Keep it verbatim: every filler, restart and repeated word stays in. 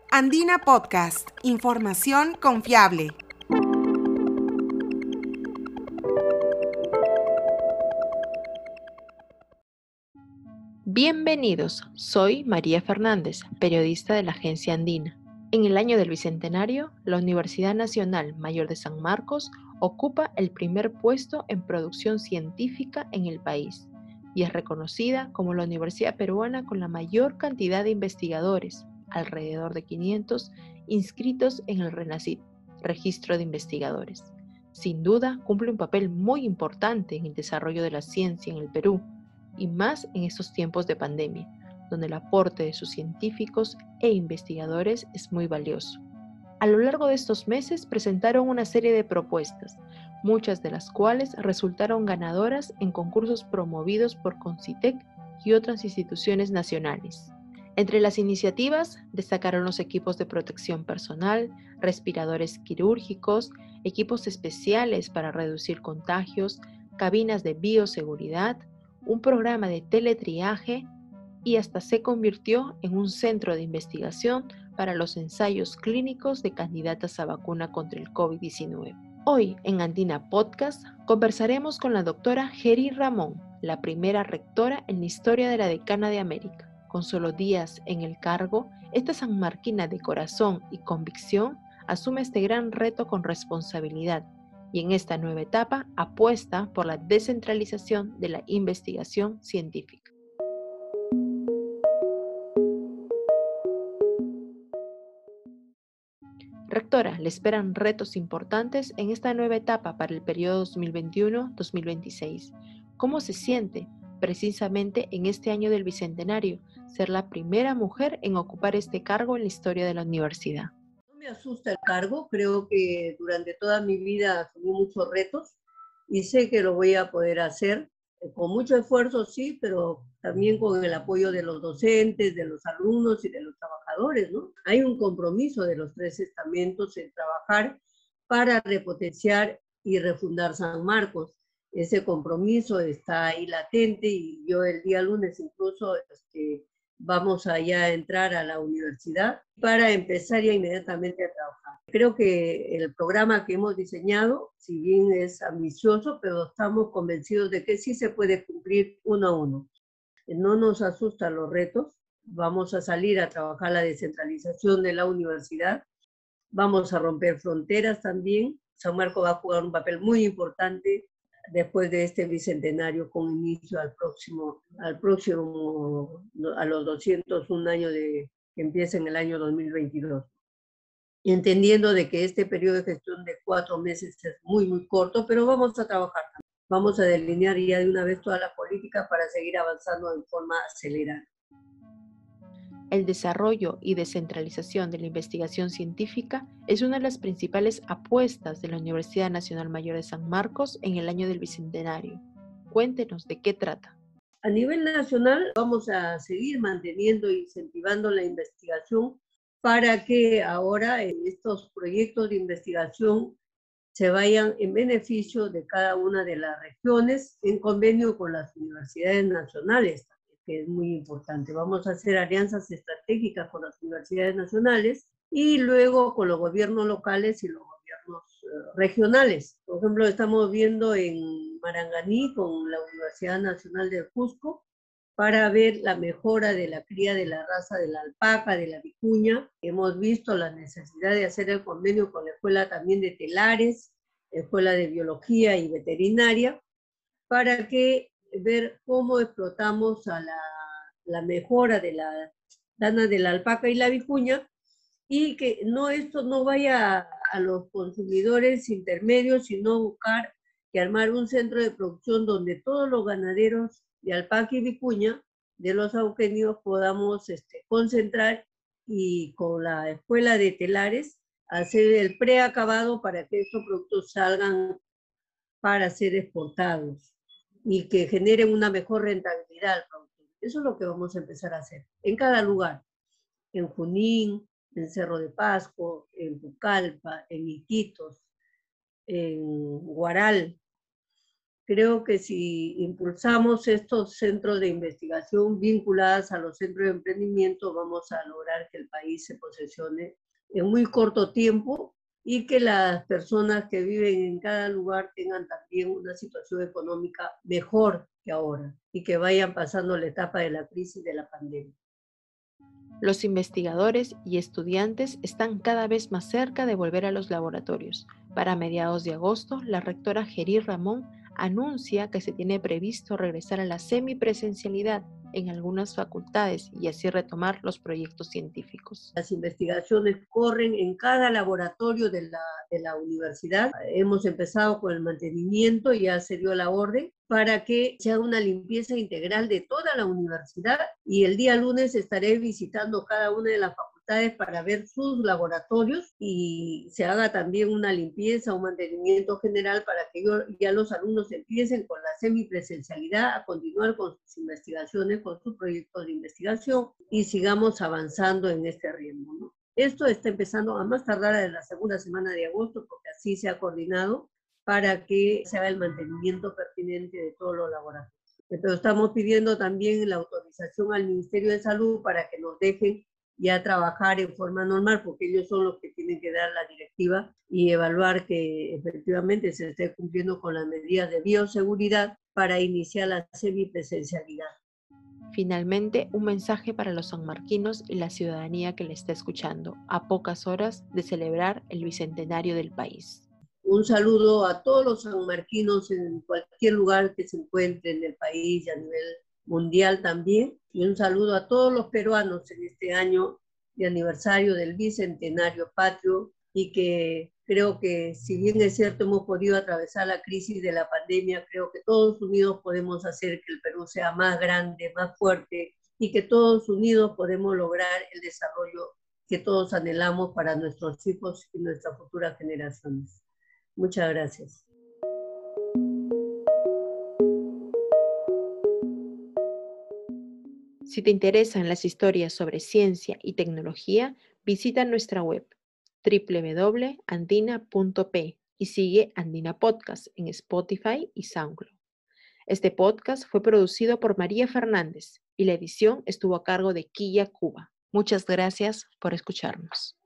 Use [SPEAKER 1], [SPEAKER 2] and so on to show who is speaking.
[SPEAKER 1] Andina Podcast, información confiable.
[SPEAKER 2] Bienvenidos, soy María Fernández, periodista de la Agencia Andina. En el año del Bicentenario, la Universidad Nacional Mayor de San Marcos ocupa el primer puesto en producción científica en el país y es reconocida como la universidad peruana con la mayor cantidad de investigadores, alrededor de quinientos, inscritos en el RENACYT, Registro de Investigadores. Sin duda, cumple un papel muy importante en el desarrollo de la ciencia en el Perú, y más en estos tiempos de pandemia, donde el aporte de sus científicos e investigadores es muy valioso. A lo largo de estos meses presentaron una serie de propuestas, muchas de las cuales resultaron ganadoras en concursos promovidos por CONCITEC y otras instituciones nacionales. Entre las iniciativas destacaron los equipos de protección personal, respiradores quirúrgicos, equipos especiales para reducir contagios, cabinas de bioseguridad, un programa de teletriaje y hasta se convirtió en un centro de investigación para los ensayos clínicos de candidatas a vacuna contra el COVID diecinueve. Hoy en Andina Podcast conversaremos con la doctora Geri Ramón, la primera rectora en la historia de la Decana de América. Con solo días en el cargo, esta sanmarquina de corazón y convicción asume este gran reto con responsabilidad y en esta nueva etapa apuesta por la descentralización de la investigación científica. Rectora, le esperan retos importantes en esta nueva etapa para el periodo dos mil veintiuno a dos mil veintiséis. ¿Cómo se siente, precisamente en este año del Bicentenario, ser la primera mujer en ocupar este cargo en la historia de la universidad?
[SPEAKER 3] No me asusta el cargo, creo que durante toda mi vida asumí muchos retos y sé que lo voy a poder hacer eh, con mucho esfuerzo, sí, pero también con el apoyo de los docentes, de los alumnos y de los trabajadores, ¿no? Hay un compromiso de los tres estamentos en trabajar para repotenciar y refundar San Marcos. Ese compromiso está ahí latente y yo el día lunes incluso este, vamos a ya entrar a la universidad para empezar ya inmediatamente a trabajar. Creo que el programa que hemos diseñado, si bien es ambicioso, pero estamos convencidos de que sí se puede cumplir uno a uno. No nos asustan los retos, vamos a salir a trabajar la descentralización de la universidad, vamos a romper fronteras también. San Marcos va a jugar un papel muy importante después de este bicentenario con inicio al próximo, al próximo, a los doscientos un años de, que empieza en el año dos mil veintidós. Y entendiendo de que este periodo de gestión de cuatro meses es muy, muy corto, pero vamos a trabajar. Vamos a delinear ya de una vez toda la política para seguir avanzando en forma acelerada.
[SPEAKER 2] El desarrollo y descentralización de la investigación científica es una de las principales apuestas de la Universidad Nacional Mayor de San Marcos en el año del Bicentenario. Cuéntenos de qué trata.
[SPEAKER 3] A nivel nacional vamos a seguir manteniendo e incentivando la investigación para que ahora estos proyectos de investigación se vayan en beneficio de cada una de las regiones en convenio con las universidades nacionales, que es muy importante. Vamos a hacer alianzas estratégicas con las universidades nacionales y luego con los gobiernos locales y los gobiernos uh, regionales. Por ejemplo, estamos viendo en Maranganí con la Universidad Nacional del Cusco para ver la mejora de la cría de la raza de la alpaca, de la vicuña. Hemos visto la necesidad de hacer el convenio con la Escuela también de Telares, Escuela de Biología y Veterinaria, para que ver cómo explotamos a la, la mejora de la lana de la alpaca y la vicuña y que no esto no vaya a, a los consumidores intermedios, sino buscar que armar un centro de producción donde todos los ganaderos de alpaca y vicuña de los auquenios podamos este, concentrar y con la escuela de telares hacer el preacabado para que estos productos salgan para ser exportados y que generen una mejor rentabilidad al productor. Eso es lo que vamos a empezar a hacer en cada lugar, en Junín, en Cerro de Pasco, en Pucallpa, en Iquitos, en Huaral, Creo que si impulsamos estos centros de investigación vinculados a los centros de emprendimiento, vamos a lograr que el país se posesione en muy corto tiempo y que las personas que viven en cada lugar tengan también una situación económica mejor que ahora y que vayan pasando la etapa de la crisis de la pandemia.
[SPEAKER 2] Los investigadores y estudiantes están cada vez más cerca de volver a los laboratorios. Para mediados de agosto, la rectora Gerí Ramón anuncia que se tiene previsto regresar a la semipresencialidad en algunas facultades y así retomar los proyectos científicos.
[SPEAKER 3] Las investigaciones corren en cada laboratorio de la, de la universidad. Hemos empezado con el mantenimiento, ya se dio la orden para que se haga una limpieza integral de toda la universidad y el día lunes estaré visitando cada una de las facultades para ver sus laboratorios y se haga también una limpieza, un mantenimiento general para que yo, ya los alumnos empiecen con la semipresencialidad a continuar con sus investigaciones, con sus proyectos de investigación y sigamos avanzando en este ritmo, ¿no? Esto está empezando a más tardar en la segunda semana de agosto porque así se ha coordinado para que se haga el mantenimiento pertinente de todos los laboratorios. Pero estamos pidiendo también la autorización al Ministerio de Salud para que nos dejen ya trabajar en forma normal, porque ellos son los que tienen que dar la directiva y evaluar que efectivamente se esté cumpliendo con las medidas de bioseguridad para iniciar la semipresencialidad.
[SPEAKER 2] Finalmente, un mensaje para los sanmarquinos y la ciudadanía que le está escuchando a pocas horas de celebrar el bicentenario del país.
[SPEAKER 3] Un saludo a todos los sanmarquinos en cualquier lugar que se encuentren en el país y a nivel mundial también. Y un saludo a todos los peruanos en este año de aniversario del Bicentenario Patrio y que creo que si bien es cierto hemos podido atravesar la crisis de la pandemia, creo que todos unidos podemos hacer que el Perú sea más grande, más fuerte y que todos unidos podemos lograr el desarrollo que todos anhelamos para nuestros hijos y nuestras futuras generaciones. Muchas gracias.
[SPEAKER 2] Si te interesan las historias sobre ciencia y tecnología, visita nuestra web doble u doble u doble u punto andina punto pe y sigue Andina Podcast en Spotify y SoundCloud. Este podcast fue producido por María Fernández y la edición estuvo a cargo de Quilla Cuba. Muchas gracias por escucharnos.